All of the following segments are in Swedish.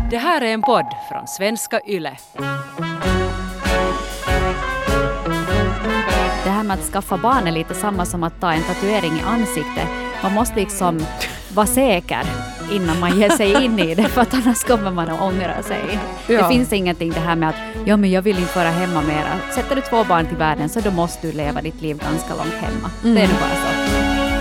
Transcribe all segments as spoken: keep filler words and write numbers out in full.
Det här är en podd från Svenska Yle. Det här med att skaffa barn är lite samma som att ta en tatuering i ansiktet. Man måste liksom vara säker innan man ger sig in i det, för att annars kommer man att ångra sig. Ja. Det finns ingenting det här med att ja, men jag vill inte vara hemma mera. Sätter du två barn till världen så då måste du leva ditt liv ganska långt hemma. Mm. Det är nog bara så.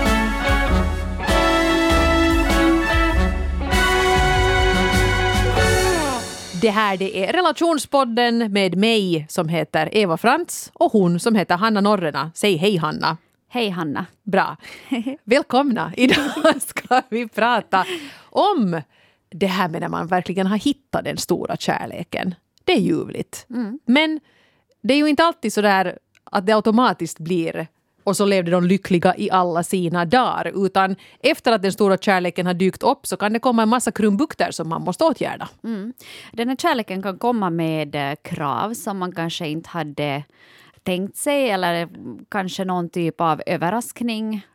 Det här det är Relationspodden med mig som heter Eva Frantz och hon som heter Hanna Norrena. Säg hej Hanna. Hej Hanna. Bra. Välkomna. Idag ska vi prata om det här med när man verkligen har hittat den stora kärleken. Det är ljuvligt. Mm. Men det är ju inte alltid så där att det automatiskt blir och så levde de lyckliga i alla sina dagar. Utan efter att den stora kärleken har dykt upp så kan det komma en massa krumbukter som man måste åtgärda. Mm. Den här kärleken kan komma med krav som man kanske inte hade tänkt sig. Eller kanske någon typ av överraskning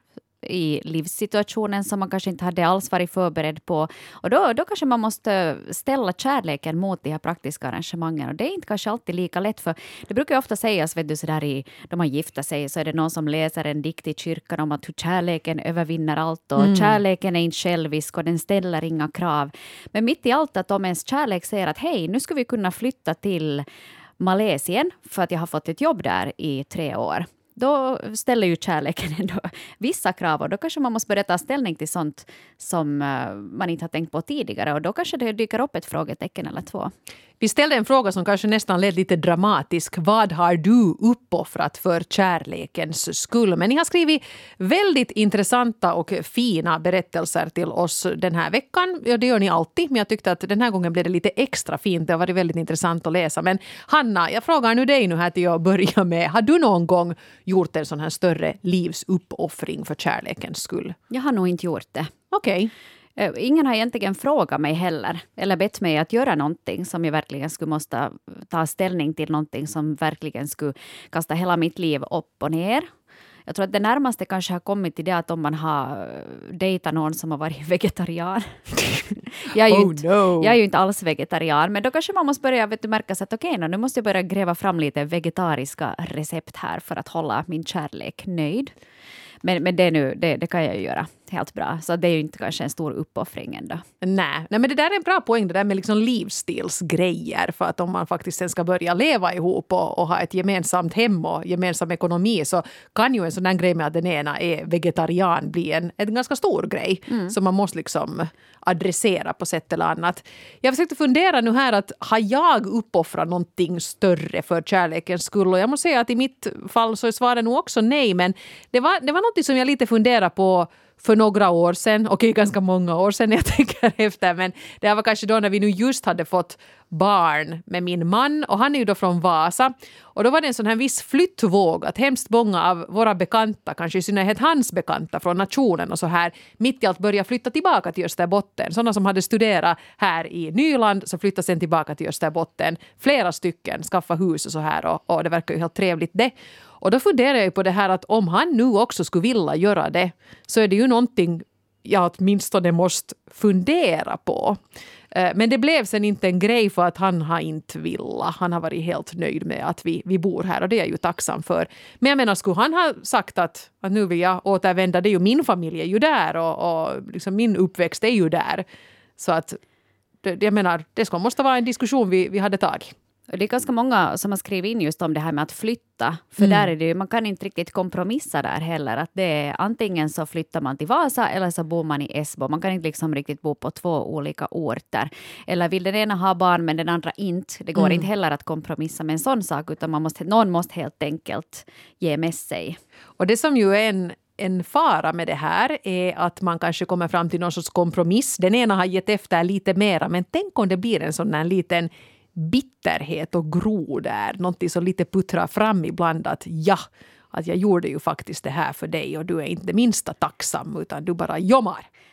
i livssituationen som man kanske inte hade alls varit förberedd på. Och då, då kanske man måste ställa kärleken mot de här praktiska arrangemangen. Och det är inte kanske alltid lika lätt, för det brukar ju ofta sägas, vet du, så där i, då man gifter sig så är det någon som läser en dikt i kyrkan om att hur kärleken övervinner allt och mm. kärleken är inte självisk och den ställer inga krav. Men mitt i allt att om ens kärlek säger att hej, nu ska vi kunna flytta till Malesien för att jag har fått ett jobb där i tre år. Då ställer ju kärleken ändå vissa krav och då kanske man måste börja ta ställning till sånt som man inte har tänkt på tidigare, och då kanske det dyker upp ett frågetecken eller två. Vi ställde en fråga som kanske nästan lät lite dramatisk. Vad har du uppoffrat för kärlekens skull? Men ni har skrivit väldigt intressanta och fina berättelser till oss den här veckan. Ja, det gör ni alltid, men jag tyckte att den här gången blev det lite extra fint. Det har varit väldigt intressant att läsa. Men Hanna, jag frågar nu dig nu här till att börja med. Har du någon gång gjort en sån här större livsuppoffring för kärlekens skull? Jag har nog inte gjort det. Okej. Okay. Ingen har egentligen frågat mig heller eller bett mig att göra någonting som jag verkligen skulle måste ta ställning till, någonting som verkligen skulle kasta hela mitt liv upp och ner. Jag tror att det närmaste kanske har kommit till det att om man har dejtat någon som har varit vegetarian. jag, är ju oh, inte, no. jag är ju inte alls vegetarian, men då kanske man måste börja vet du, märka sig att okej, okay, nu måste jag börja gräva fram lite vegetariska recept här för att hålla min kärlek nöjd. Men, men det, nu, det, det kan jag ju göra helt bra. Så det är ju inte kanske en stor uppoffring ändå. Nej, nej, men det där är en bra poäng. Det där med liksom livsstilsgrejer. För att om man faktiskt sen ska börja leva ihop och, och ha ett gemensamt hem och gemensam ekonomi, så kan ju en sån där grej med att den ena är vegetarian bli en, en ganska stor grej. Mm. Som man måste liksom adressera på sätt eller annat. Jag försökte fundera nu här att har jag uppoffrat någonting större för kärlekens skull? Och jag måste säga att i mitt fall så är svaret nog också nej. Men det var, det var något som jag lite funderade på för några år sedan, okej okay, ganska många år sedan jag tänker efter, men det var kanske då när vi nu just hade fått barn med min man, och han är ju då från Vasa, och då var det en sån här viss flyttvåg att hemskt många av våra bekanta, kanske i synnerhet hans bekanta från nationen och så här, mitt i allt börja flytta tillbaka till Österbotten. Sådana som hade studerat här i Nyland så flyttade sen tillbaka till Österbotten. Flera stycken skaffa hus och så här, och, och det verkar ju helt trevligt det. Och då funderar jag på det här att om han nu också skulle vilja göra det, så är det ju någonting jag åtminstone måste fundera på. Men det blev sen inte en grej för att han har inte vilja. Han har varit helt nöjd med att vi, vi bor här, och det är jag ju tacksam för. Men jag menar, skulle han ha sagt att, att nu vill jag återvända, det är ju min familj är ju där och, och liksom min uppväxt är ju där. Så att det, jag menar, det ska måste vara en diskussion vi, vi hade tagit. Det är ganska många som har skrivit in just om det här med att flytta. För mm. där är det ju, man kan inte riktigt kompromissa där heller. Att det är, antingen så flyttar man till Vasa eller så bor man i Esbo. Man kan inte liksom riktigt bo på två olika orter. Eller vill den ena ha barn men den andra inte. Det går mm. inte heller att kompromissa med en sån sak. Utan man måste, någon måste helt enkelt ge med sig. Och det som ju är en... En fara med det här är att man kanske kommer fram till någon sorts kompromiss. Den ena har gett efter lite mera, men tänk om det blir en sån här liten bitterhet och gro där. Någonting som lite puttrar fram ibland att ja, att jag gjorde ju faktiskt det här för dig och du är inte det minsta tacksam utan du bara jommar.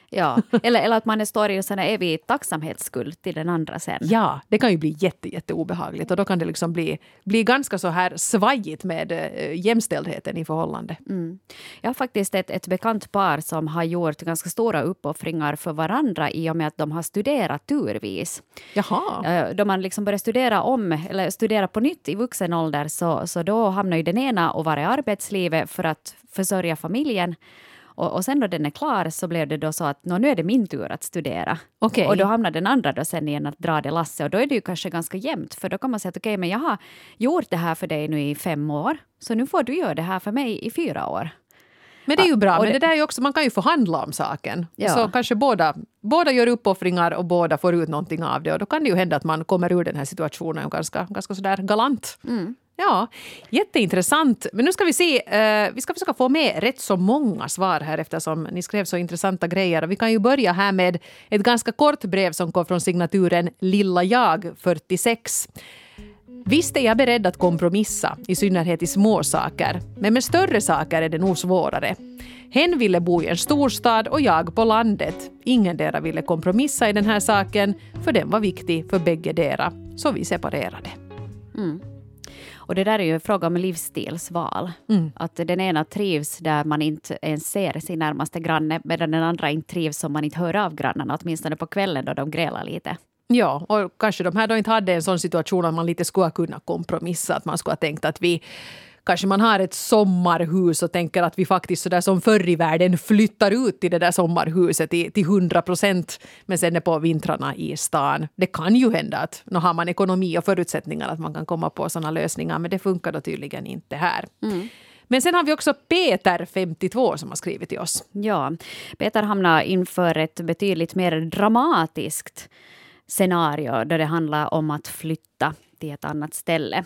Ja, eller, eller att man står i en evig tacksamhetsskuld till den andra sen. Ja, det kan ju bli jätte, jätte obehagligt och då kan det liksom bli, bli ganska så här svajigt med äh, jämställdheten i förhållande. Mm. Jag har faktiskt ett, ett bekant par som har gjort ganska stora uppoffringar för varandra i och med att de har studerat turvis. Jaha. Då man liksom börjar studera om eller studera på nytt i vuxen ålder så, så då hamnar ju den ena och vara i arbetslivet för att försörja familjen. Och, och sen då den är klar så blev det då så att nu är det min tur att studera. Okay. Och då hamnar den andra då sen igen att dra det lasse. Och då är det ju kanske ganska jämnt. För då kan man säga att okej, okay, men jag har gjort det här för dig nu i fem år. Så nu får du göra det här för mig i fyra år. Men det är ju bra, ja, men det, det där är ju också, man kan ju förhandla om saken. Ja. Så kanske båda, båda gör uppoffringar och båda får ut någonting av det. Och då kan det ju hända att man kommer ur den här situationen ganska, ganska sådär galant. Mm. Ja, jätteintressant. Men nu ska vi se, uh, vi ska försöka få med rätt så många svar här eftersom ni skrev så intressanta grejer. Vi kan ju börja här med ett ganska kort brev som kom från signaturen Lilla jag fyrtiosex. Visst är jag beredd att kompromissa, i synnerhet i små saker. Men med större saker är det nog svårare. Hen ville bo i en storstad och jag på landet. Ingen dera ville kompromissa i den här saken, för den var viktig för bägge dera. Så vi separerade. Mm. Och det där är ju en fråga om livsstilsval. Mm. Att den ena trivs där man inte ens ser sin närmaste granne, medan den andra inte trivs som man inte hör av grannarna, åtminstone på kvällen då de grälar lite. Ja, och kanske de här då inte hade en sån situation att man lite skulle kunna kompromissa. Att man skulle ha tänkt att vi, kanske man har ett sommarhus och tänker att vi faktiskt sådär som förr i världen flyttar ut till det där sommarhuset till, till hundra procent. Men sen är på vintrarna i stan. Det kan ju hända att nu har man ekonomi och förutsättningar att man kan komma på sådana lösningar. Men det funkar då tydligen inte här. Mm. Men sen har vi också Peter, femtiotvå, som har skrivit till oss. Ja, Peter hamnar inför ett betydligt mer dramatiskt scenario där det handlar om att flytta till ett annat ställe.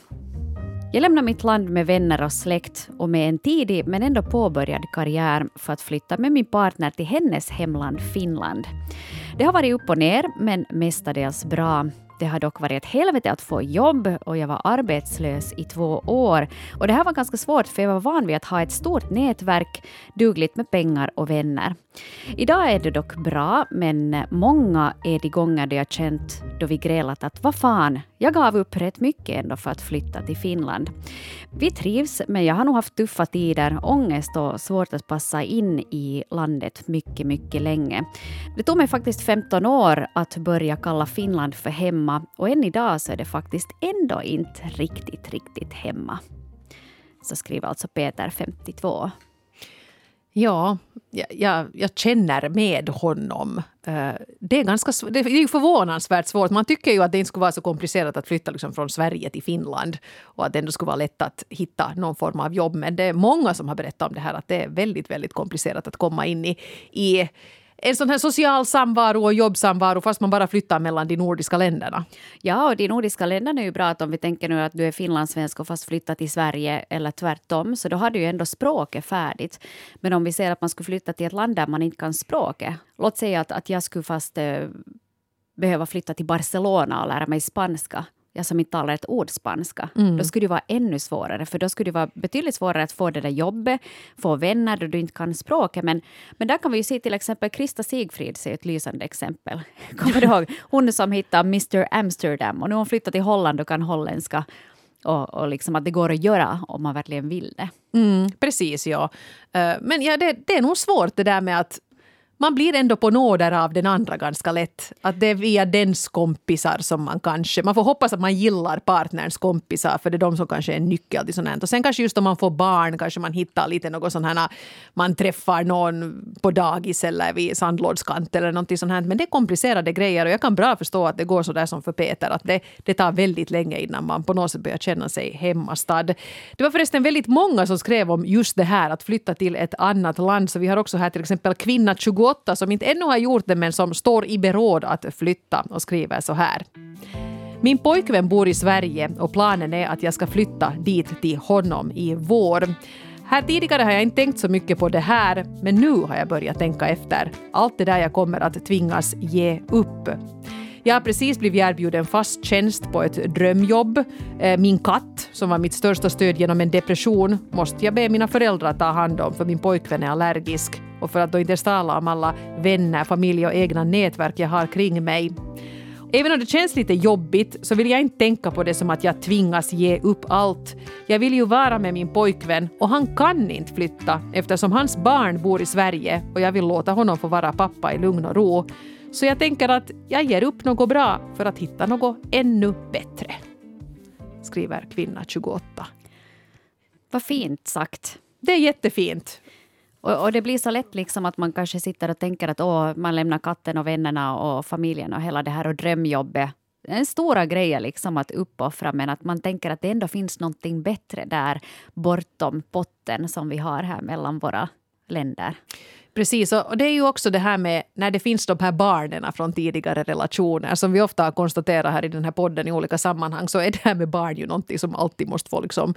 Jag lämnar mitt land med vänner och släkt och med en tidig men ändå påbörjad karriär för att flytta med min partner till hennes hemland Finland. Det har varit upp och ner men mestadels bra. Det har dock varit ett helvete att få jobb och jag var arbetslös i två år. Och det här var ganska svårt för jag var van vid att ha ett stort nätverk, dugligt med pengar och vänner. Idag är det dock bra, men många är de gånger då jag känt då vi grälat att vad fan, jag gav upp rätt mycket ändå för att flytta till Finland. Vi trivs, men jag har nog haft tuffa tider, ångest och svårt att passa in i landet mycket, mycket länge. Det tog mig faktiskt femton år att börja kalla Finland för hemma och än idag så är det faktiskt ändå inte riktigt, riktigt hemma. Så skriver alltså Peter, femtiotvå. Ja, jag, jag känner med honom. Det är, ganska, det är ju förvånansvärt svårt. Man tycker ju att det inte skulle vara så komplicerat att flytta liksom från Sverige till Finland. Och att det ändå skulle vara lätt att hitta någon form av jobb. Men det är många som har berättat om det här. Att det är väldigt, väldigt komplicerat att komma in i, i en sån här social samvaro och jobbsamvaro fast man bara flyttar mellan de nordiska länderna. Ja, och de nordiska länderna är ju bra att om vi tänker nu att du är finlandssvensk och fast flyttar till Sverige eller tvärtom, så då har du ju ändå språket färdigt. Men om vi ser att man skulle flytta till ett land där man inte kan språket, låt säga att, att jag skulle fast eh, behöva flytta till Barcelona och lära mig spanska. Jag som inte talar ett ord spanska. Mm. Då skulle det vara ännu svårare. För då skulle det vara betydligt svårare att få det där jobbet. Få vänner då du inte kan språket. Men, men där kan vi ju se till exempel Krista Sigfrid är ett lysande exempel. Kommer du ihåg? Hon som hittar mister Amsterdam. Och nu har hon flyttat till Holland och kan holländska. Och, och liksom att det går att göra om man verkligen vill det. Mm, precis, ja. Uh, men ja, det, det är nog svårt det där med att man blir ändå på nåder av den andra ganska lätt. Att det är via dens kompisar som man kanske... Man får hoppas att man gillar partnerns kompisar för det är de som kanske är en nyckel till sånt här. Och sen kanske just om man får barn kanske man hittar lite något sånt här... Man träffar någon på dagis eller vid sandlådskant eller någonting sånt här. Men det är komplicerade grejer och jag kan bra förstå att det går så där som för Peter. Att det, det tar väldigt länge innan man på något sätt börjar känna sig hemmastad. Det var förresten väldigt många som skrev om just det här att flytta till ett annat land. Så vi har också här till exempel kvinna tjugoåtta som inte ännu har gjort det men som står i beråd att flytta och skriver så här. Min pojkvän bor i Sverige och planen är att jag ska flytta dit till honom i vår. Här tidigare har jag inte tänkt så mycket på det här men nu har jag börjat tänka efter. Allt det där jag kommer att tvingas ge upp. Jag har precis blivit erbjuden fast tjänst på ett drömjobb. Min katt, som var mitt största stöd genom en depression, måste jag be mina föräldrar ta hand om för min pojkvän är allergisk. Och för att då inte tala om alla vänner, familj och egna nätverk jag har kring mig. Även om det känns lite jobbigt så vill jag inte tänka på det som att jag tvingas ge upp allt. Jag vill ju vara med min pojkvän och han kan inte flytta eftersom hans barn bor i Sverige och jag vill låta honom få vara pappa i lugn och ro. Så jag tänker att jag ger upp något bra för att hitta något ännu bättre. Skriver kvinna tjugoåtta. Vad fint sagt. Det är jättefint. Och, och det blir så lätt liksom att man kanske sitter och tänker att åh, man lämnar katten och vännerna och familjen och hela det här och drömjobbet. Det är en stora grej liksom att uppoffra, men att man tänker att det ändå finns någonting bättre där bortom potten som vi har här mellan våra länder. Precis, och det är ju också det här med när det finns de här barnen från tidigare relationer som vi ofta har konstaterat här i den här podden i olika sammanhang, så är det här med barn ju någonting som alltid måste få liksom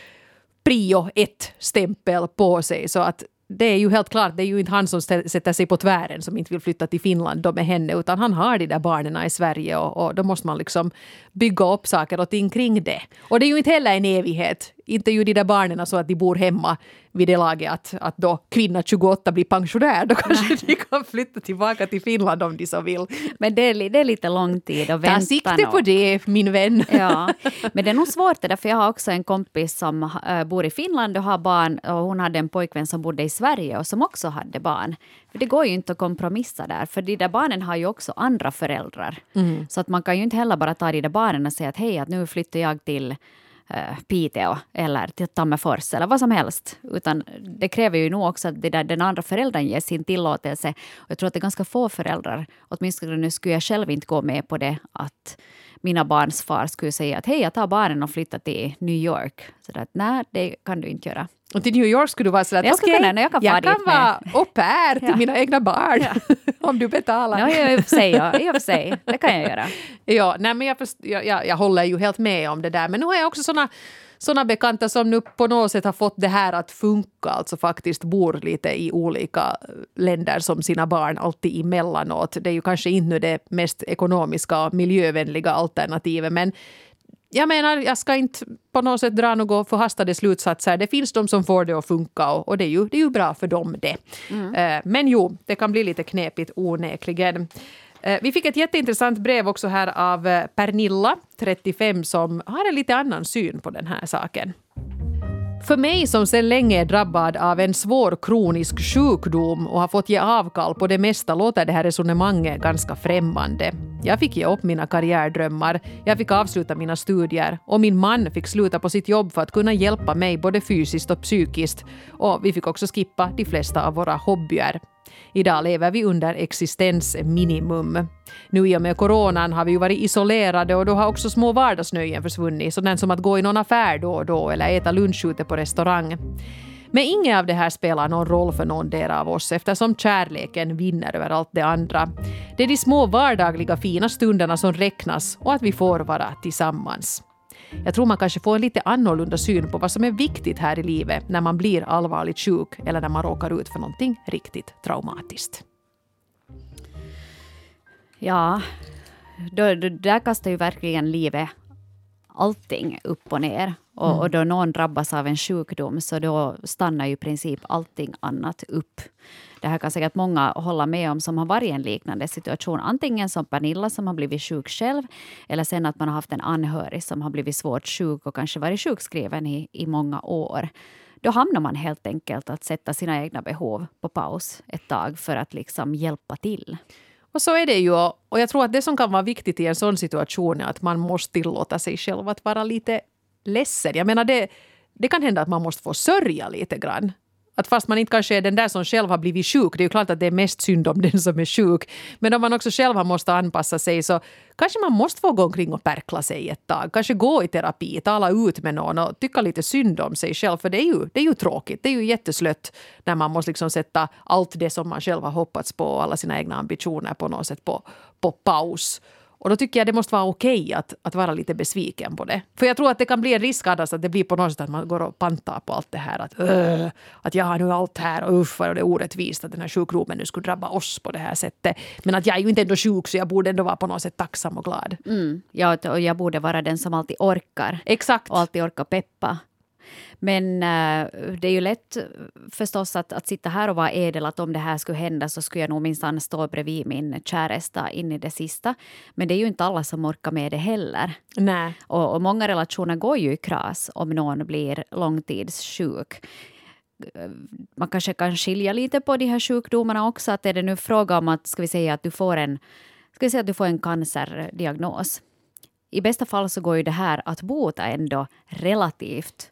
prio ett stämpel på sig, så att det är ju helt klart, det är ju inte han som sätter sig på tvären som inte vill flytta till Finland då med henne, utan han har de där barnen i Sverige och, och då måste man liksom bygga upp saker och ting kring det. Och det är ju inte heller en evighet. Inte ju de där barnen så att de bor hemma vid det laget att, att då kvinna tjugoåtta blir pensionär. Då kanske de kan flytta tillbaka till Finland om de så vill. Men det är, det är lite lång tid att vänta. Ta sikte på det, min vän. Ja, men det är nog svårt det där, för jag har också en kompis som äh, bor i Finland och har barn, och hon hade en pojkvän som bodde i Sverige och som också hade barn. För det går ju inte att kompromissa där, för de där barnen har ju också andra föräldrar. Mm. Så att man kan ju inte heller bara ta de där barnen och säga att hej, att nu flyttar jag till Piteå eller till Tammerfors eller vad som helst, utan det kräver ju nog också att det där, den andra föräldern ger sin tillåtelse, och jag tror att det är ganska få föräldrar, åtminstone nu skulle jag själv inte gå med på det, att mina barns far skulle säga att hej, jag tar barnen och flyttar till New York, så att nej, det kan du inte göra. Och till New York skulle du vara så att jag, okay, kunna, jag kan, jag kan vara au pair till ja. mina egna barn ja. om du betalar. Ja, i och för sig, ja, i och för sig. Det kan jag göra. Ja, nej, men jag, först, jag, jag, jag håller ju helt med om det där. Men nu har jag också såna, såna bekanta som nu på något sätt har fått det här att funka. Alltså faktiskt bor lite i olika länder som sina barn alltid emellanåt. Det är ju kanske inte det mest ekonomiska och miljövänliga alternativet, men jag menar, jag ska inte på något sätt dra några förhastade slutsatser. Det finns de som får det att funka och, och det, är ju, det är ju bra för dem det. Mm. Men jo, det kan bli lite knepigt onekligen. Vi fick ett jätteintressant brev också här av Pernilla, trettiofem, som har en lite annan syn på den här saken. För mig som sedan länge är drabbad av en svår kronisk sjukdom och har fått ge avkall på det mesta låter det här resonemanget ganska främmande. Jag fick ge upp mina karriärdrömmar, jag fick avsluta mina studier och min man fick sluta på sitt jobb för att kunna hjälpa mig både fysiskt och psykiskt, och vi fick också skippa de flesta av våra hobbyer. Idag lever vi under existensminimum. Nu i och med coronan har vi ju varit isolerade och då har också små vardagsnöjen försvunnit, sådant som att gå i någon affär då och då eller äta lunch ute på restaurang. Men inget av det här spelar någon roll för någon del av oss eftersom kärleken vinner över allt det andra. Det är de små vardagliga fina stunderna som räknas och att vi får vara tillsammans. Jag tror man kanske får en lite annorlunda syn på vad som är viktigt här i livet när man blir allvarligt sjuk eller när man råkar ut för någonting riktigt traumatiskt. Ja, då, då, där kastar ju verkligen livet allting upp och ner. Och, mm. och då någon drabbas av en sjukdom så då stannar ju i princip allting annat upp. Det här kan säkert många hålla med om som har varit i en liknande situation. Antingen som Pernilla som har blivit sjuk själv, eller sen att man har haft en anhörig som har blivit svårt sjuk och kanske varit sjukskriven i, i många år. Då hamnar man helt enkelt att sätta sina egna behov på paus ett tag för att liksom hjälpa till. Och så är det ju, och jag tror att det som kan vara viktigt i en sån situation är att man måste tillåta sig själv att vara lite ledsen. Jag menar det, det kan hända att man måste få sörja lite grann. Att fast man inte kanske är den där som själv har blivit sjuk, det är ju klart att det är mest synd om den som är sjuk. Men om man också själv har måste anpassa sig så kanske man måste få gå omkring och perkla sig ett tag. Kanske gå i terapi, tala ut med någon och tycka lite synd om sig själv. För det är ju, det är ju tråkigt, det är ju jätteslött när man måste liksom sätta allt det som man själv har hoppats på och alla sina egna ambitioner på något sätt på, på paus. Och då tycker jag det måste vara okej att, att vara lite besviken på det. För jag tror att det kan bli en risk annars att det blir på något sätt att man går och pantar på allt det här. Att, uh, att jag har nu allt här och uff, och det är orättvist att den här sjukdomen nu skulle drabba oss på det här sättet. Men att jag är ju inte ändå sjuk så jag borde ändå vara på något sätt tacksam och glad. Mm. Ja, och jag borde vara den som alltid orkar. Exakt. Och alltid orkar peppa. Men äh, det är ju lätt förstås att, att sitta här och vara ädel att om det här skulle hända så skulle jag nog minsann stå bredvid min käresta in i det sista. Men det är ju inte alla som orkar med det heller. Nej. Och, och många relationer går ju i kras om någon blir långtidssjuk. Man kanske kan skilja lite på de här sjukdomarna också. Att är det nu fråga om att, ska vi säga att du får en, ska vi säga att du får en cancerdiagnos. I bästa fall så går ju det här att bota ändå relativt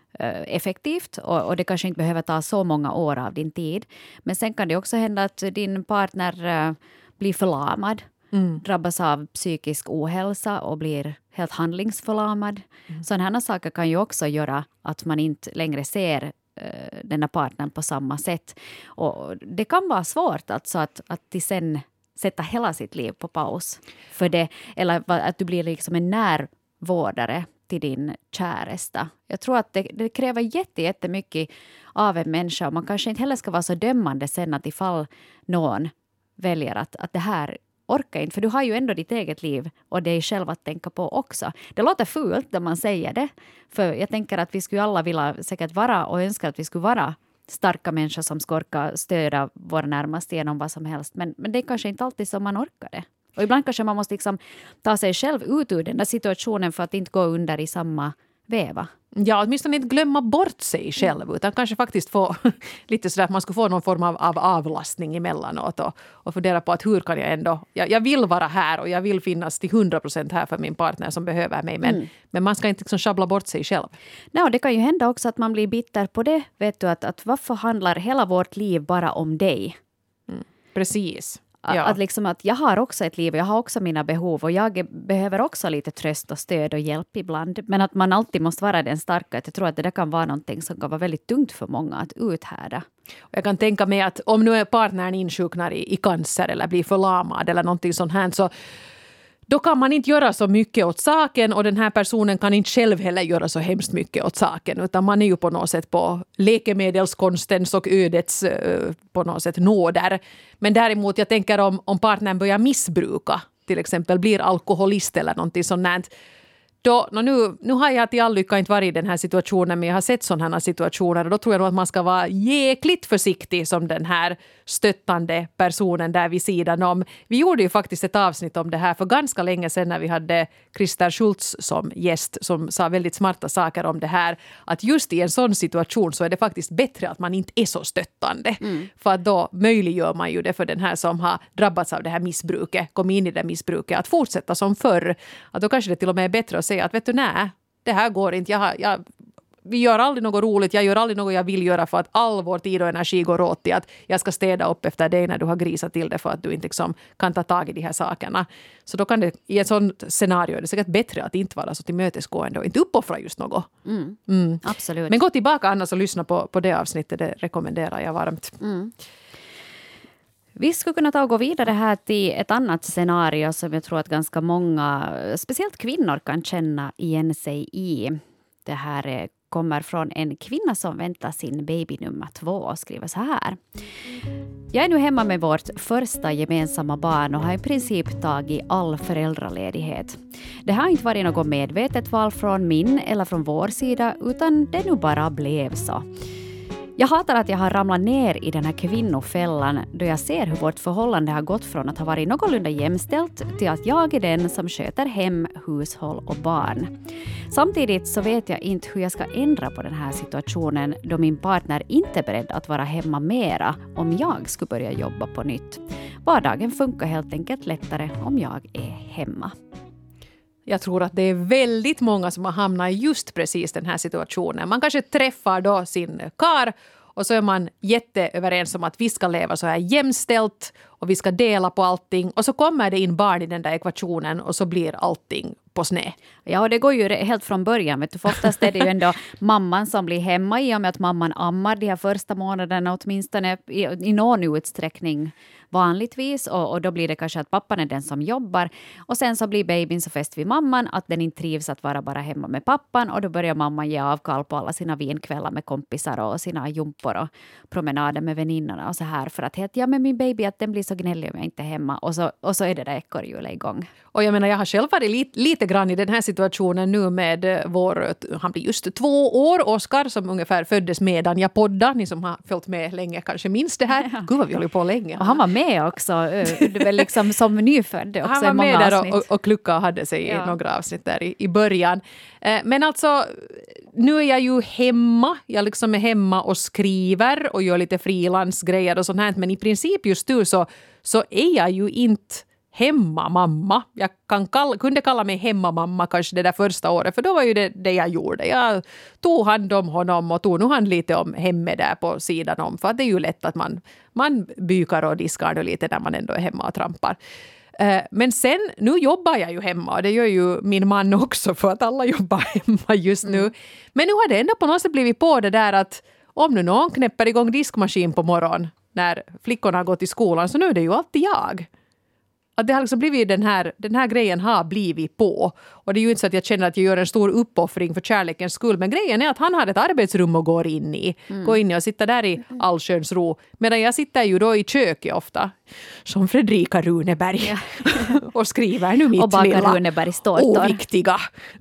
effektivt och, och det kanske inte behöver ta så många år av din tid. Men sen kan det också hända att din partner uh, blir förlamad, mm. drabbas av psykisk ohälsa och blir helt handlingsförlamad. Mm. Sådana här saker kan ju också göra att man inte längre ser uh, den här partnern på samma sätt. Och det kan vara svårt alltså att, att till sen sätta hela sitt liv på paus för det, eller att du blir liksom en närvårdare till din käresta. Jag tror att det, det kräver jätte, jättemycket av en människa och man kanske inte heller ska vara så dömande sen att ifall någon väljer att, att det här orkar inte. För du har ju ändå ditt eget liv och dig själv att tänka på också. Det låter fult när man säger det. För jag tänker att vi skulle alla vilja säkert vara och önska att vi skulle vara starka människor som ska orka stödja våra närmaste genom vad som helst. Men, men det är kanske inte alltid som man orkar det. Och ibland kanske man måste liksom ta sig själv ut ur den där situationen för att inte gå under i samma veva. Ja, åtminstone inte glömma bort sig själv utan kanske faktiskt få lite sådär att man skulle få någon form av, av avlastning emellanåt och, och fundera på att hur kan jag ändå, jag, jag vill vara här och jag vill finnas till hundra procent här för min partner som behöver mig men, mm. men man ska inte liksom schabbla bort sig själv. Nej, och det kan ju hända också att man blir bitter på det, vet du, att, att varför handlar hela vårt liv bara om dig? Mm. Precis. Ja. Att, liksom att jag har också ett liv och jag har också mina behov och jag behöver också lite tröst och stöd och hjälp ibland. Men att man alltid måste vara den starka. Jag tror att det där kan vara någonting som kan vara väldigt tungt för många att uthärda. Jag kan tänka mig att om nu är partnern insjuknar i, i cancer eller blir förlamad eller någonting sånt här så då kan man inte göra så mycket åt saken och den här personen kan inte själv heller göra så hemskt mycket åt saken utan man är ju på något sätt på läkemedelskonstens och ödets uh, på något sätt nåder. Men däremot jag tänker om, om partnern börjar missbruka, till exempel blir alkoholist eller någonting sånt här. Då, nu, nu har jag till all lycka inte varit i den här situationen men jag har sett sådana här situationer och då tror jag nog att man ska vara jäkligt försiktig som den här stöttande personen där vid sidan om. Vi gjorde ju faktiskt ett avsnitt om det här för ganska länge sedan när vi hade Christer Schultz som gäst som sa väldigt smarta saker om det här. Att just i en sån situation så är det faktiskt bättre att man inte är så stöttande. Mm. För att då möjliggör man ju det för den här som har drabbats av det här missbruket, kom in i det missbruket, att fortsätta som förr. Att då kanske det till och med är bättre att säga att vet du, nej, det här går inte. Jag, har, jag, vi gör aldrig något roligt. Jag gör aldrig något jag vill göra för att all vår tid och energi går åt till att jag ska städa upp efter dig när du har grisat till det för att du inte liksom kan ta tag i de här sakerna. Så då kan det, i ett sånt scenario är det säkert bättre att inte vara så tillmötesgående och inte uppoffra just något. Mm. Mm. Absolut. Men gå tillbaka annars och lyssna på, på det avsnittet. Det rekommenderar jag varmt. Mm. Vi skulle kunna ta och gå vidare här till ett annat scenario som jag tror att ganska många, speciellt kvinnor, kan känna igen sig i. Det här kommer från en kvinna som väntar sin baby nummer två och skriver så här. Jag är nu hemma med vårt första gemensamma barn och har i princip tagit all föräldraledighet. Det har inte varit något medvetet val från min eller från vår sida utan det nu bara blev så. Jag hatar att jag har ramlat ner i den här kvinnofällan då jag ser hur vårt förhållande har gått från att ha varit någorlunda jämställt till att jag är den som sköter hem, hushåll och barn. Samtidigt så vet jag inte hur jag ska ändra på den här situationen då min partner inte är beredd att vara hemma mera om jag skulle börja jobba på nytt. Vardagen funkar helt enkelt lättare om jag är hemma. Jag tror att det är väldigt många som har hamnat i just precis den här situationen. Man kanske träffar då sin kar och så är man jätteöverens om att vi ska leva så här jämställt och vi ska dela på allting. Och så kommer det in barn i den där ekvationen och så blir allting på sned. Ja, och det går ju helt från början. Vet du, för oftast är det ju ändå mamman som blir hemma i och med att mamman ammar de här första månaderna åtminstone i, i någon utsträckning. vanligtvis och, och då blir det kanske att pappan är den som jobbar och sen så blir babyn så fäst vid mamman att den inte trivs att vara bara hemma med pappan och då börjar mamman ge avkall på alla sina vinkvällar med kompisar och sina jumpor och promenader med väninnorna och så här för att ja men min baby att den blir så gnällig om jag inte är hemma och så, och så är det där ekorrhjulet igång. Och jag menar jag har själv varit lite, lite grann i den här situationen nu med vår, han blir just två år, Oskar som ungefär föddes medan jag poddade, ni som har följt med länge kanske minns det här. Ja. Gud vad vi håller på länge. Och han var med också, det var liksom som nyfödd också. Han var i många med där avsnitt. och, och klucka och hade sig ja. i några avsnitt där i, i början. Eh, men alltså, nu är jag ju hemma, jag liksom är hemma och skriver och gör lite frilansgrejer och sånt här, men i princip just nu så, så är jag ju inte hemmamamma. Jag kan kalla, kunde kalla mig hemmamamma kanske det där första året, för då var ju det, det jag gjorde. Jag tog hand om honom och tog nog hand lite om hemmet där på sidan om, för att det är ju lätt att man, man bykar och diskar då lite när man ändå är hemma och trampar. Men sen, nu jobbar jag ju hemma och det gör ju min man också för att alla jobbar hemma just nu. Mm. Men nu har det ändå på något sätt blivit på det där att om nu någon knäpper igång diskmaskin på morgon när flickorna har gått i skolan så nu är det ju alltid jag. Att det har liksom blivit den här, den här grejen har blivit på. Och det är ju inte så att jag känner att jag gör en stor uppoffring för kärlekens skull. Men grejen är att han har ett arbetsrum och går in i. Mm. Går in i och sitter där i allsköns ro. Medan jag sitter ju då i köket ofta. Som Fredrika Runeberg. Ja. och skriver nu mitt och lilla Runebergs oviktiga.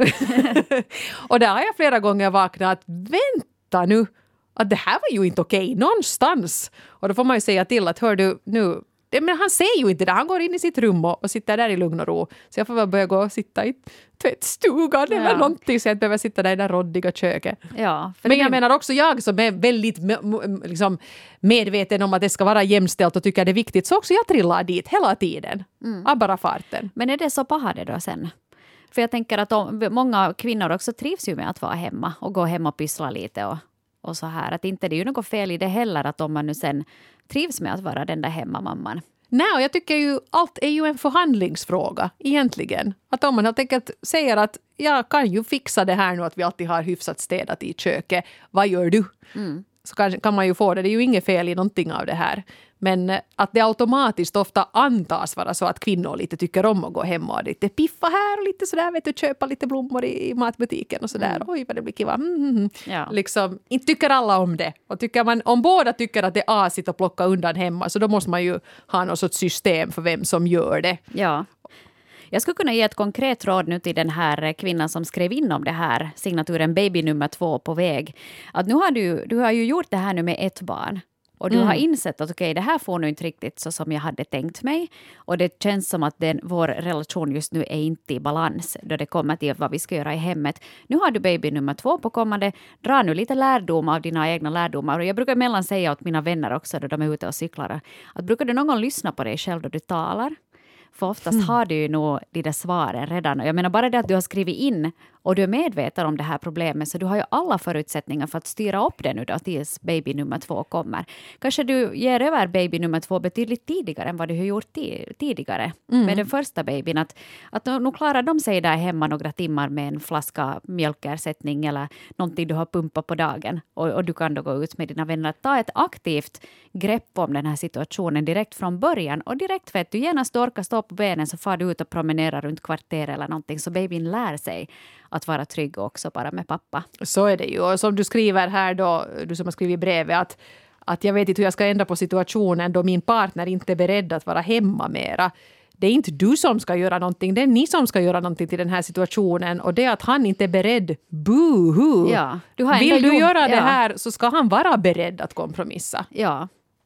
och där har jag flera gånger vaknat. Vänta nu. Att det här var ju inte okej någonstans. Och då får man ju säga till att hör du nu. Men han ser ju inte det. Han går in i sitt rum och, och sitter där i lugn och ro. Så jag får väl börja gå och sitta i tvättstugan ja. eller någonting. Så jag inte behöver sitta där i det roddiga köket. Ja, men jag det... menar också jag som är väldigt liksom, medveten om att det ska vara jämställt och tycker det är viktigt. Så också jag trillar dit hela tiden. Mm. Av bara farten. Men är det så paha det då sen? För jag tänker att de, många kvinnor också trivs ju med att vara hemma. Och gå hem och pyssla lite och, och så här. Att inte det är ju något fel i det heller att om man nu sen trivs med att vara den där hemmamamman. Nej, och jag tycker ju allt är ju en förhandlingsfråga egentligen. Att om man helt enkelt säger att jag kan ju fixa det här nu att vi alltid har hyfsat städat i köket. Vad gör du? Mm. Så kan, kan man ju få det. Det är ju inget fel i någonting av det här. Men att det automatiskt ofta antas vara så att kvinnor lite tycker om att gå hem och lite piffa här och lite sådär, vet du, köpa lite blommor i, i matbutiken och sådär. Mm. Oj, vad det blir kiva. Mm, mm. Ja. Liksom, inte tycker alla om det. Och tycker man, om båda tycker att det är asigt att plocka undan hemma så då måste man ju ha något sorts system för vem som gör det. Ja. Jag skulle kunna ge ett konkret råd nu till den här kvinnan som skrev in om det här, signaturen baby nummer två på väg. Att nu har du, du har ju gjort det här nu med ett barn. Och du mm. har insett att okej, okay, det här får nu inte riktigt så som jag hade tänkt mig. Och det känns som att den, vår relation just nu är inte i balans då det kommer till vad vi ska göra i hemmet. Nu har du baby nummer två på kommande. Dra nu lite lärdom av dina egna lärdomar. Och jag brukar mellan säga åt mina vänner också då de är ute och cyklar. Att brukar du någon gång lyssna på dig själv då du talar? För oftast mm. har du ju nog de där svaren redan. Jag menar bara det att du har skrivit in och du är medveten om det här problemet så du har ju alla förutsättningar för att styra upp det nu då tills baby nummer två kommer. Kanske du ger över baby nummer två betydligt tidigare än vad du har gjort t- tidigare mm. med den första babyn. Att, att nu klarar de sig där hemma några timmar med en flaska mjölkersättning eller någonting du har pumpat på dagen och, och du kan då gå ut med dina vänner. Ta ett aktivt grepp om den här situationen direkt från början och direkt för att du genast orkar stå på benen så far du ut och promenerar runt kvarter eller någonting så babyn lär sig att vara trygg också bara med pappa. Så är det ju. Och som du skriver här då, du som har skrivit brevet, att, att jag vet inte hur jag ska ändra på situationen då min partner inte är beredd att vara hemma mera. Det är inte du som ska göra någonting, det är ni som ska göra någonting till den här situationen. Och det är att han inte är beredd, boohoo. Ja, du har Vill du gjort, göra det ja. här så ska han vara beredd att kompromissa. Ja.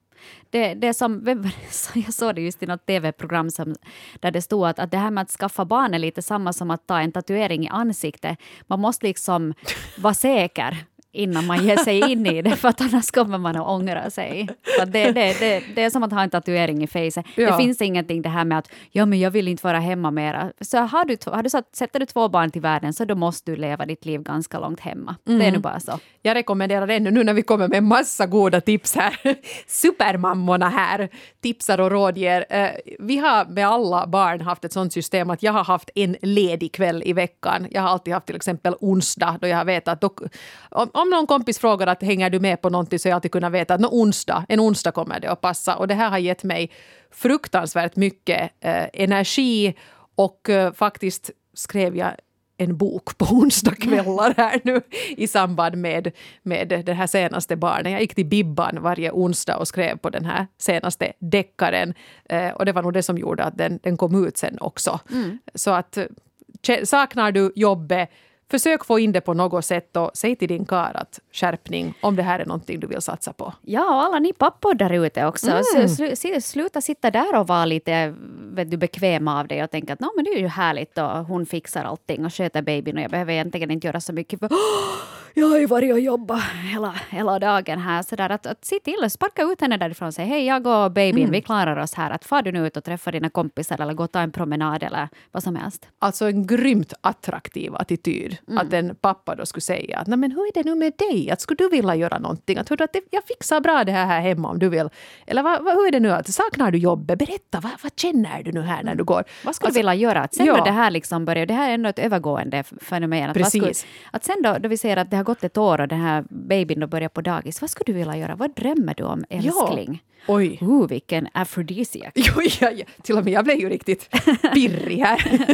Det, det som, jag såg det just i något tv-program som, där det stod att, att det här med att skaffa barn är lite samma som att ta en tatuering i ansiktet. Man måste liksom vara säker innan man ger sig in i det, för att annars kommer man att ångra sig. För det, det, det, det är som att ha en tatuering i fejset. Ja. Det finns ingenting det här med att ja, men jag vill inte vara hemma mera. Så har du, har du satt, sätter du två barn till världen så då måste du leva ditt liv ganska långt hemma. Mm. Det är nu bara så. Jag rekommenderar det nu när vi kommer med massa goda tips här. Supermammorna här tipsar och rådger. Vi har med alla barn haft ett sånt system att jag har haft en ledig kväll i veckan. Jag har alltid haft till exempel onsdag då jag har vetat att då, om om någon kompis frågar att hänger du med på någonting så jag alltid kunna veta att no, onsdag, en onsdag kommer det att passa. Och det här har gett mig fruktansvärt mycket eh, energi och eh, faktiskt skrev jag en bok på onsdagskvällar här nu i samband med, med det här senaste barnen. Jag gick till Bibban varje onsdag och skrev på den här senaste deckaren. Eh, och det var nog det som gjorde att den, den kom ut sen också. Mm. Så att saknar du jobbet, försök få in det på något sätt och säg till din kar att skärpning om det här är någonting du vill satsa på. Ja, och alla ni pappor där ute också. Mm. Sl- sl- sluta sitta där och vara lite vet du, bekväm av det och tänka att no, men det är ju härligt och hon fixar allting och sköter babyn och jag behöver egentligen inte göra så mycket för jag har ju varit och jobbat hela, hela dagen här. Så där, att, att se till, sparka ut henne därifrån och säga hej, jag och babyn, mm. vi klarar oss här. Att far du nu ut och träffa dina kompisar eller gå och ta en promenad eller vad som helst. Alltså en grymt attraktiv attityd. Mm. Att en pappa då skulle säga att nej, men hur är det nu med dig? Att skulle du vilja göra någonting? Att, att jag fixar bra det här, här hemma om du vill. Eller vad, vad, hur är det nu? Att, saknar du jobbet? Berätta, vad, vad känner du nu här när du går? Vad skulle alltså, du vilja göra? Att sen ja. då det här liksom börjar, det här är ändå ett övergående fenomen. Att, Precis. Skulle, att sen då, då vi ser att det har gått ett år och den här babyn då börjar på dagis. Vad skulle du vilja göra? Vad drömmer du om, älskling? Ja. Oj. Uh, vilken aphrodisiac. Jo, ja, ja. Till och med jag blev ju riktigt pirrig här.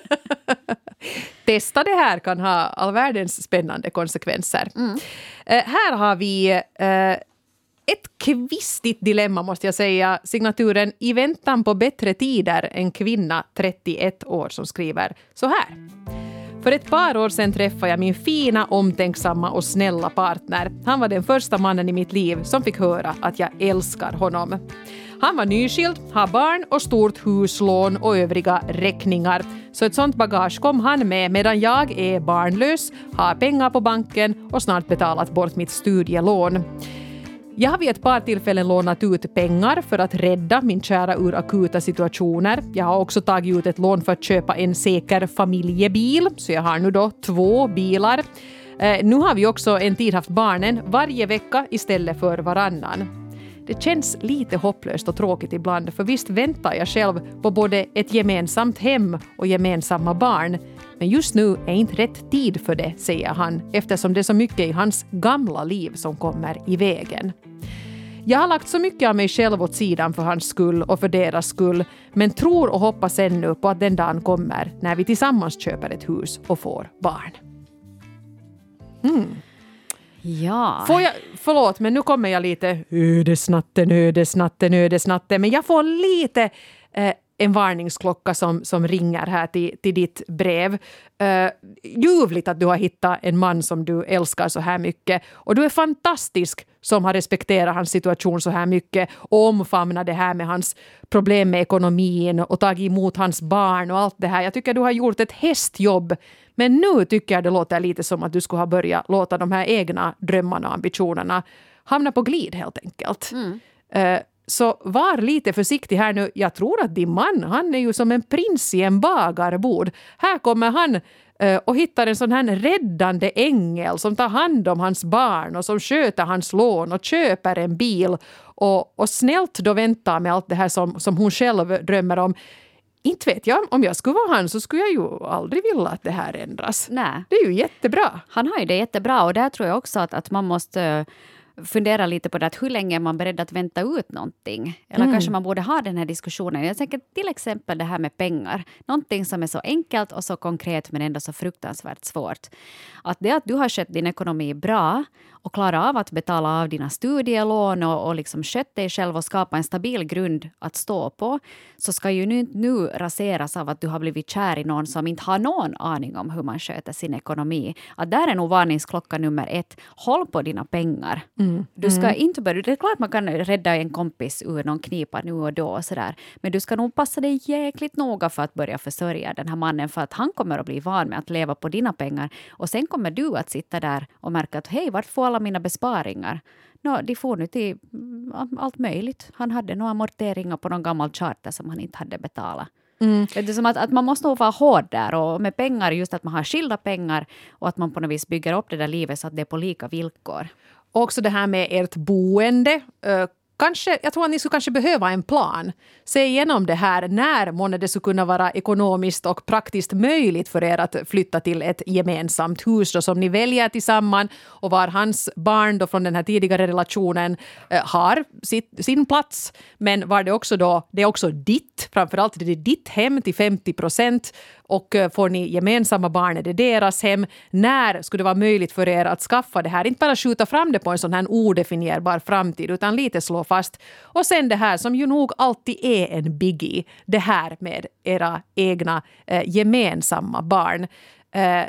Testa det här kan ha all världens spännande konsekvenser. Mm. Uh, här har vi uh, ett kvistigt dilemma måste jag säga. Signaturen I väntan på bättre tider, en kvinna trettioett år som skriver så här. För ett par år sedan träffade jag min fina, omtänksamma och snälla partner. Han var den första mannen i mitt liv som fick höra att jag älskar honom. Han var nyskild, har barn och stort huslån och övriga räkningar. Så ett sånt bagage kom han med medan jag är barnlös, har pengar på banken och snart betalat bort mitt studielån. Jag har vid ett par tillfällen lånat ut pengar för att rädda min kära ur akuta situationer. Jag har också tagit ut ett lån för att köpa en säker familjebil. Så jag har nu då två bilar. Eh, nu har vi också en tid haft barnen varje vecka istället för varannan. Det känns lite hopplöst och tråkigt ibland. För visst väntar jag själv på både ett gemensamt hem och gemensamma barn. Men just nu är inte rätt tid för det, säger han. Eftersom det är så mycket i hans gamla liv som kommer i vägen. Jag har lagt så mycket av mig själv åt sidan för hans skull och för deras skull. Men tror och hoppas ännu på att den dagen kommer när vi tillsammans köper ett hus och får barn. Mm. Ja. Får jag, förlåt, men nu kommer jag lite ödesnatten, ödesnatten, ödesnatten. Men jag får lite eh, en varningsklocka som, som ringer här till, till ditt brev. Uh, ljuvligt att du har hittat en man som du älskar så här mycket. Och du är fantastisk som har respekterat hans situation så här mycket och omfamnat det här med hans problem med ekonomin och tagit emot hans barn och allt det här. Jag tycker du har gjort ett hästjobb. Men nu tycker jag det låter lite som att du skulle ha börjat låta de här egna drömmarna och ambitionerna hamna på glid helt enkelt. Mm. Uh, Så var lite försiktig här nu. Jag tror att din man, han är ju som en prins i en bagarbord. Här kommer han uh, och hittar en sån här räddande ängel som tar hand om hans barn och som sköter hans lån och köper en bil och, och snällt då väntar med allt det här som, som hon själv drömmer om. Inte vet jag, om jag skulle vara han så skulle jag ju aldrig vilja att det här ändras. Nej. Det är ju jättebra. Han har ju det jättebra och där tror jag också att, att man måste fundera lite på det, att hur länge är man beredd att vänta ut någonting? Eller mm. kanske man borde ha den här diskussionen. Jag tänker till exempel det här med pengar. Någonting som är så enkelt och så konkret men ändå så fruktansvärt svårt. Att det att du har skött din ekonomi bra och klarar av att betala av dina studielån och, och liksom skött dig själv och skapa en stabil grund att stå på, så ska ju nu, nu raseras av att du har blivit kär i någon som inte har någon aning om hur man sköter sin ekonomi. Att där är nog varningsklocka nummer ett. Håll på dina pengar. Mm. Du ska mm. inte börja, det är klart man kan rädda en kompis ur någon knipa nu och då och sådär. Men du ska nog passa dig jäkligt noga för att börja försörja den här mannen, för att han kommer att bli van med att leva på dina pengar. Och sen kommer du att sitta där och märka att hej, vart får alla mina besparingar? No, de får nu till allt möjligt. Han hade några amorteringar på någon gammal charter som han inte hade betalat. Mm. Det är som att, att man måste nog vara hård där, och med pengar just att man har skilda pengar och att man på något vis bygger upp det där livet så att det är på lika villkor. Också det här med ert boende. kanske, jag tror att ni skulle kanske behöva en plan. Se igenom det här, när månne det skulle kunna vara ekonomiskt och praktiskt möjligt för er att flytta till ett gemensamt hus då, som ni väljer tillsammans, och var hans barn då från den här tidigare relationen eh, har sitt, sin plats. Men var det också då, det är också ditt, framförallt det är ditt hem till femtio procent, och eh, får ni gemensamma barn är det deras hem. När skulle det vara möjligt för er att skaffa det här? Inte bara skjuta fram det på en sån här odefinierbar framtid, utan lite slå fast. Och sen det här som ju nog alltid är en biggie, det här med era egna eh, gemensamma barn. Eh,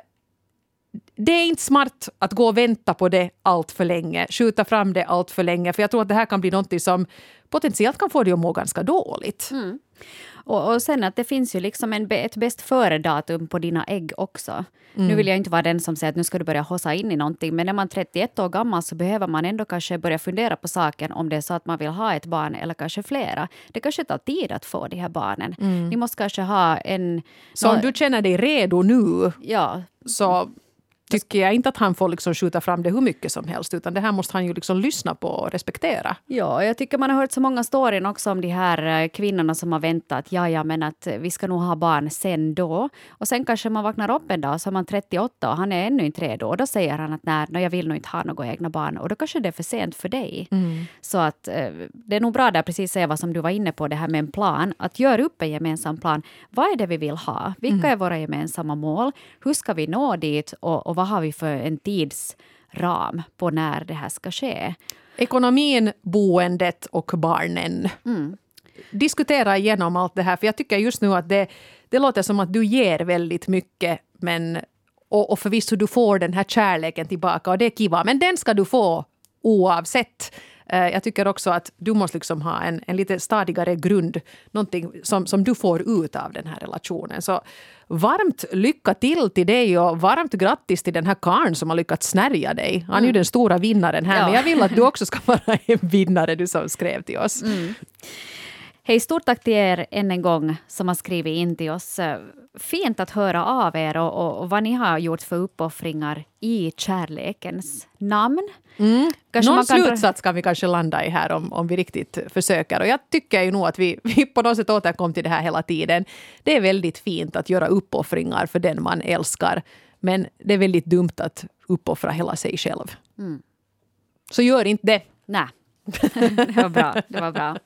det är inte smart att gå och vänta på det allt för länge, skjuta fram det allt för länge, för jag tror att det här kan bli något som potentiellt kan få dig att må ganska dåligt. Mm. Och, och sen att det finns ju liksom en, ett bäst före-datum på dina ägg också. Mm. Nu vill jag inte vara den som säger att nu ska du börja hossa in i någonting. Men när man är trettioett år gammal så behöver man ändå kanske börja fundera på saken, om det är så att man vill ha ett barn eller kanske flera. Det kanske tar tid att få de här barnen. Mm. Ni måste kanske ha en... Så om du känner dig redo nu, ja, så tycker jag inte att han får liksom skjuta fram det hur mycket som helst, utan det här måste han ju liksom lyssna på och respektera. Ja, jag tycker man har hört så många storyn också om de här kvinnorna som har väntat. Ja, ja, men att vi ska nog ha barn sen då. Och sen kanske man vaknar upp en dag och så är man trettioåtta och han är ännu inte redo. Och då säger han att nej, nej jag vill nog inte ha några egna barn. Och då kanske det är för sent för dig. Mm. Så att det är nog bra där precis säga vad som du var inne på, det här med en plan. Att göra upp en gemensam plan. Vad är det vi vill ha? Vilka mm. är våra gemensamma mål? Hur ska vi nå dit? Och, och vad har vi för en tidsram på när det här ska ske? Ekonomin, boendet och barnen. Mm. Diskutera igenom allt det här, för jag tycker just nu att det, det låter som att du ger väldigt mycket, men, och, och förvisso du får den här kärleken tillbaka och det är kiva, men den ska du få oavsett. Jag tycker också att du måste liksom ha en, en lite stadigare grund, någonting som, som du får ut av den här relationen. Så varmt lycka till till dig och varmt grattis till den här karln som har lyckats snärja dig. Han är mm. ju den stora vinnaren här, ja. Men jag vill att du också ska vara en vinnare, du som skrev till oss. Mm. Hej, stort tack till er än en gång som har skrivit in till oss. Fint att höra av er och, och, och vad ni har gjort för uppoffringar i kärlekens namn. Mm. Någon man kan... slutsats kan vi kanske landa i här om, om vi riktigt försöker. Och jag tycker ju nog att vi, vi på något sätt återkom till det här hela tiden. Det är väldigt fint att göra uppoffringar för den man älskar. Men det är väldigt dumt att uppoffra hela sig själv. Mm. Så gör inte det. Nej, det var bra. Det var bra.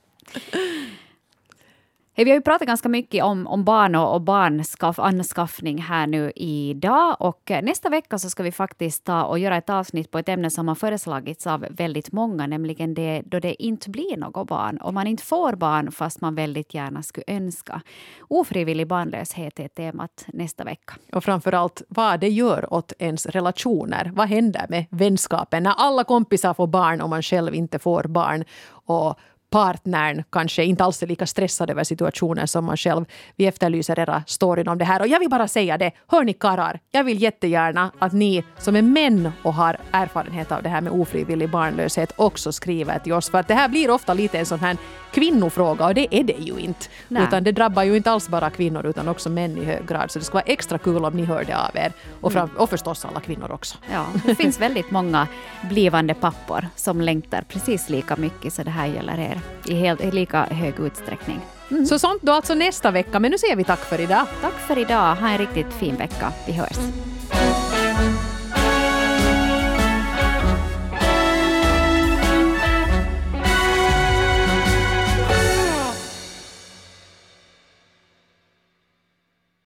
Hey, vi har ju pratat ganska mycket om, om barn och, och barnskaff, anskaffning här nu idag, och nästa vecka så ska vi faktiskt ta och göra ett avsnitt på ett ämne som har föreslagits av väldigt många, nämligen det då det inte blir något barn och man inte får barn fast man väldigt gärna skulle önska. Ofrivillig barnlöshet är temat nästa vecka. Och framförallt vad det gör åt ens relationer. Vad händer med vänskapen när alla kompisar får barn och man själv inte får barn, och partnern kanske inte alls är lika stressad över situationen som man själv. Vi efterlyser era storyn om det här. Och jag vill bara säga det. Hör ni karlar, jag vill jättegärna att ni som är män och har erfarenhet av det här med ofrivillig barnlöshet också skriver till oss. För att det här blir ofta lite en sån här kvinnofråga, och det är det ju inte. Nej. Utan det drabbar ju inte alls bara kvinnor utan också män i hög grad. Så det ska vara extra kul om ni hör det av er. Och, fram- och förstås alla kvinnor också. Ja, det finns väldigt många blivande pappor som längtar precis lika mycket, så det här gäller er i helt i lika hög utsträckning. Mm. Så sånt då alltså nästa vecka, men nu säger vi tack för idag. Tack för idag, ha en riktigt fin vecka, vi hörs.